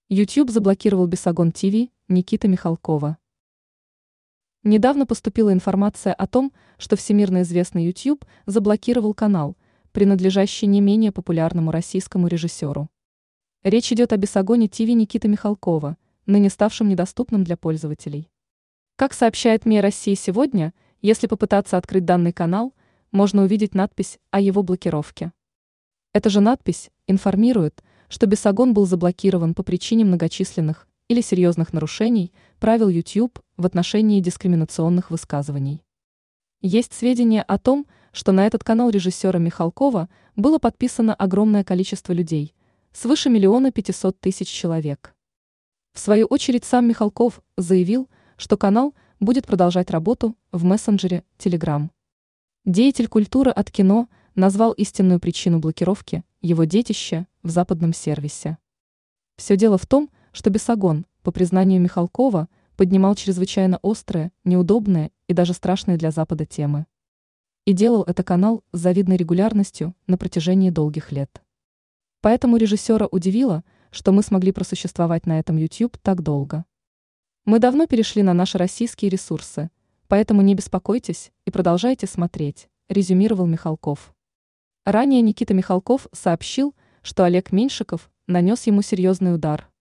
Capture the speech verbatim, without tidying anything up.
YouTube заблокировал Бесогон ти ви Никита Михалкова. Недавно поступила информация о том, что всемирно известный YouTube заблокировал канал, принадлежащий не менее популярному российскому режиссеру. Речь идет о Бесогоне ти ви Никиты Михалкова, ныне ставшем недоступным для пользователей. Как сообщает МИА России сегодня, если попытаться открыть данный канал, можно увидеть надпись о его блокировке. Эта же надпись информирует, что Бесогон был заблокирован по причине многочисленных или серьезных нарушений правил YouTube в отношении дискриминационных высказываний. Есть сведения о том, что на этот канал режиссера Михалкова было подписано огромное количество людей, свыше миллиона пятисот тысяч человек. В свою очередь сам Михалков заявил, что канал будет продолжать работу в мессенджере Telegram. Деятель культуры от кино назвал истинную причину блокировки его детища в западном сервисе. Все дело в том, что Бесогон, по признанию Михалкова, поднимал чрезвычайно острые, неудобные и даже страшные для Запада темы. И делал это канал с завидной регулярностью на протяжении долгих лет. Поэтому режиссера удивило, что мы смогли просуществовать на этом YouTube так долго. Мы давно перешли на наши российские ресурсы, поэтому не беспокойтесь и продолжайте смотреть, резюмировал Михалков. Ранее Никита Михалков сообщил, что Олег Меньшиков нанес ему серьезный удар.